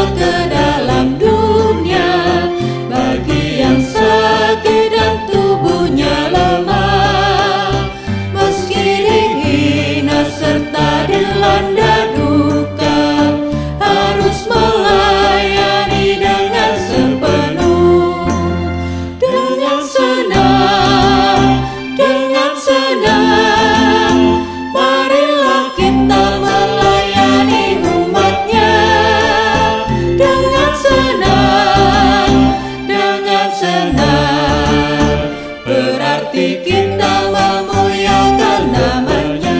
ke dalam dunia, bagi yang sakit dan tubuhnya lemah, meski dihina serta dilanda duka, harus melayani dengan sepenuh. Dengan senang, marilah kita melayani umatnya. Dengan senang, berarti kita memuliakan namanya.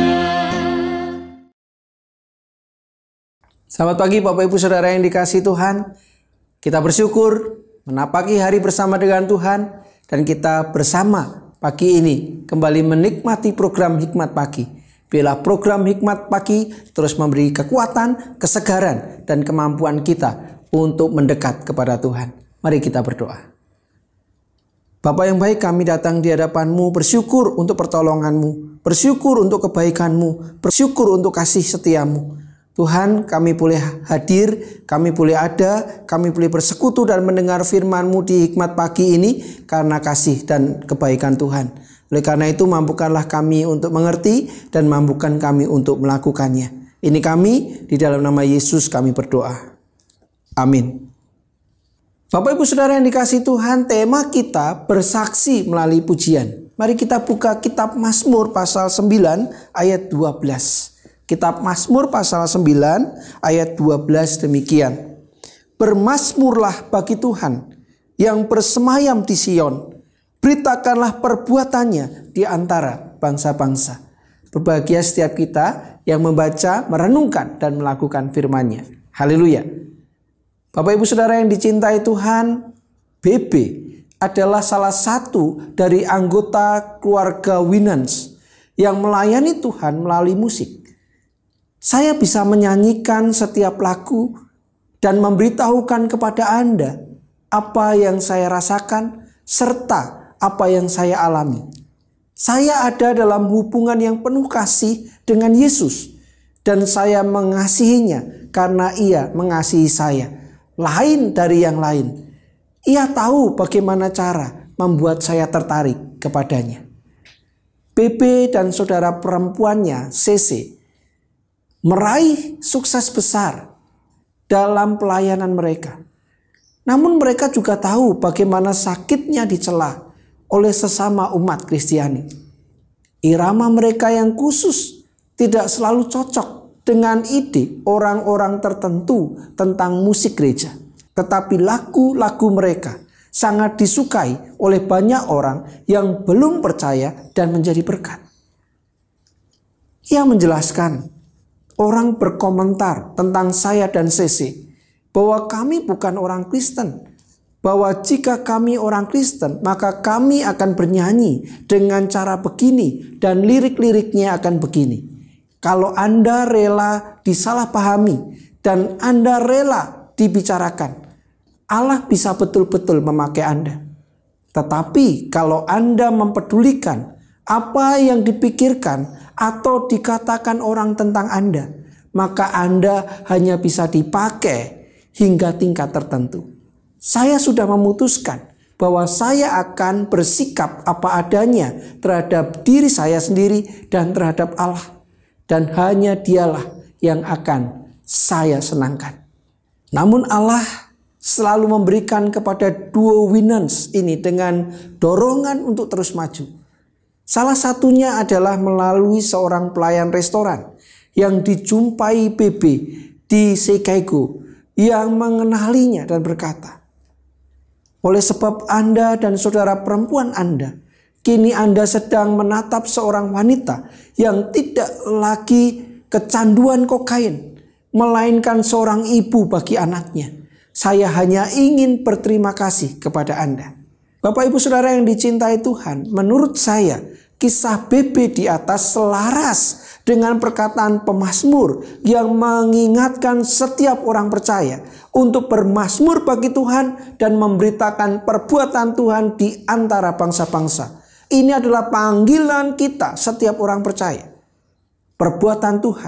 Selamat pagi Bapak Ibu Saudara yang dikasihi Tuhan. Kita bersyukur menapaki hari bersama dengan Tuhan, dan kita bersama pagi ini kembali menikmati program Hikmat Pagi. Biarlah program Hikmat Pagi terus memberi kekuatan, kesegaran, dan kemampuan kita untuk mendekat kepada Tuhan. Mari kita berdoa. Bapa yang baik, kami datang di hadapan-Mu bersyukur untuk pertolongan-Mu, bersyukur untuk kebaikan-Mu, bersyukur untuk kasih setia-Mu. Tuhan, kami boleh hadir, kami boleh ada, kami boleh bersekutu dan mendengar firman-Mu di Hikmat Pagi ini karena kasih dan kebaikan Tuhan. Oleh karena itu, mampukanlah kami untuk mengerti dan mampukan kami untuk melakukannya. Ini kami, di dalam nama Yesus kami berdoa. Amin. Bapak Ibu Saudara yang dikasihi Tuhan, tema kita bersaksi melalui pujian. Mari kita buka kitab Mazmur pasal 9 ayat 12. Kitab Mazmur pasal 9 ayat 12 demikian. Bermazmurlah bagi Tuhan yang bersemayam di Sion. Beritakanlah perbuatannya di antara bangsa-bangsa. Berbahagia setiap kita yang membaca, merenungkan, dan melakukan firman-Nya. Haleluya. Bapak Ibu Saudara yang dicintai Tuhan, BB adalah salah satu dari anggota keluarga Winans yang melayani Tuhan melalui musik. Saya bisa menyanyikan setiap lagu dan memberitahukan kepada Anda apa yang saya rasakan serta apa yang saya alami. Saya ada dalam hubungan yang penuh kasih dengan Yesus, dan saya mengasihinya karena Ia mengasihi saya, lain dari yang lain. Ia tahu bagaimana cara membuat saya tertarik kepadanya. BB dan saudara perempuannya CC meraih sukses besar dalam pelayanan mereka. Namun mereka juga tahu bagaimana sakitnya dicela oleh sesama umat Kristiani. Irama mereka yang khusus tidak selalu cocok dengan ide orang-orang tertentu tentang musik gereja. Tetapi lagu-lagu mereka sangat disukai oleh banyak orang yang belum percaya dan menjadi berkat. Ia menjelaskan, orang berkomentar tentang saya dan CC bahwa kami bukan orang Kristen, bahwa jika kami orang Kristen maka kami akan bernyanyi dengan cara begini dan lirik-liriknya akan begini. Kalau Anda rela disalahpahami dan Anda rela dibicarakan, Allah bisa betul-betul memakai Anda. Tetapi kalau Anda mempedulikan apa yang dipikirkan atau dikatakan orang tentang Anda, maka Anda hanya bisa dipakai hingga tingkat tertentu. Saya sudah memutuskan bahwa saya akan bersikap apa adanya terhadap diri saya sendiri dan terhadap Allah. Dan hanya Dialah yang akan saya senangkan. Namun Allah selalu memberikan kepada duo Winans ini dengan dorongan untuk terus maju. Salah satunya adalah melalui seorang pelayan restoran yang dijumpai BB di Chicago yang mengenalinya dan berkata, oleh sebab Anda dan saudara perempuan Anda, kini Anda sedang menatap seorang wanita yang tidak lagi kecanduan kokain, melainkan seorang ibu bagi anaknya. Saya hanya ingin berterima kasih kepada Anda. Bapak Ibu Saudara yang dicintai Tuhan, menurut saya kisah BB di atas selaras dengan perkataan pemazmur yang mengingatkan setiap orang percaya untuk bermazmur bagi Tuhan dan memberitakan perbuatan Tuhan di antara bangsa-bangsa. Ini adalah panggilan kita setiap orang percaya. Perbuatan Tuhan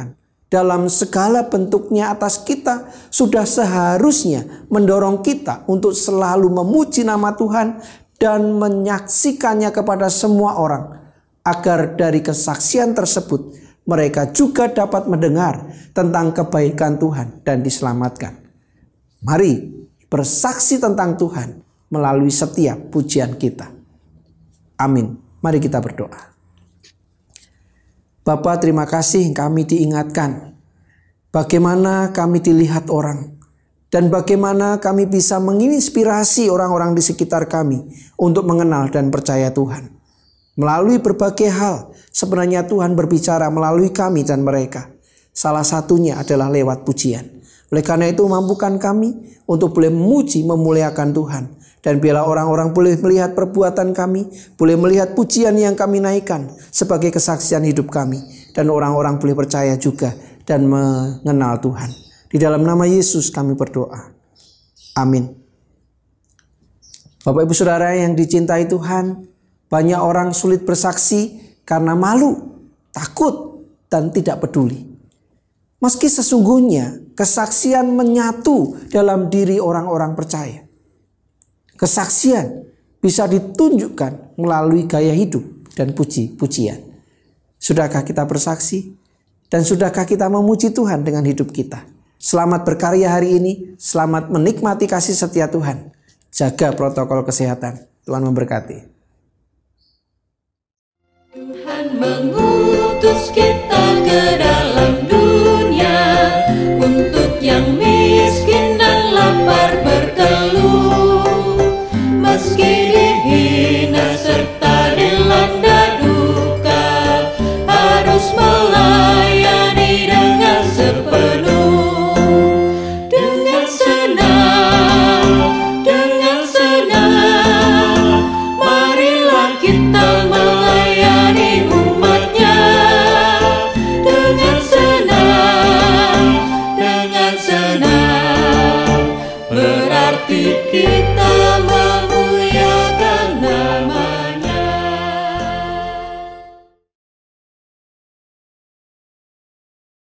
dalam segala bentuknya atas kita sudah seharusnya mendorong kita untuk selalu memuji nama Tuhan dan menyaksikannya kepada semua orang, agar dari kesaksian tersebut mereka juga dapat mendengar tentang kebaikan Tuhan dan diselamatkan. Mari bersaksi tentang Tuhan melalui setiap pujian kita. Amin. Mari kita berdoa. Bapa, terima kasih kami diingatkan bagaimana kami dilihat orang dan bagaimana kami bisa menginspirasi orang-orang di sekitar kami untuk mengenal dan percaya Tuhan. Melalui berbagai hal, sebenarnya Tuhan berbicara melalui kami dan mereka. Salah satunya adalah lewat pujian. Oleh karena itu, mampukan kami untuk boleh memuji, memuliakan Tuhan. Dan biarlah orang-orang boleh melihat perbuatan kami, boleh melihat pujian yang kami naikkan sebagai kesaksian hidup kami. Dan orang-orang boleh percaya juga dan mengenal Tuhan. Di dalam nama Yesus kami berdoa. Amin. Bapak Ibu Saudara yang dicintai Tuhan, banyak orang sulit bersaksi karena malu, takut, dan tidak peduli. Meski sesungguhnya kesaksian menyatu dalam diri orang-orang percaya. Kesaksian bisa ditunjukkan melalui gaya hidup dan puji-pujian. Sudahkah kita bersaksi? Dan sudahkah kita memuji Tuhan dengan hidup kita? Selamat berkarya hari ini. Selamat menikmati kasih setia Tuhan. Jaga protokol kesehatan. Tuhan memberkati. Tuhan mengutus kita ke dalam dunia untuk yang miskin dan lapar berkeluh. Meski dihina serta dilanda duka, harus melayani dengan sepenuh. Dengan senang, marilah kita melayani umatnya. Dengan senang, berarti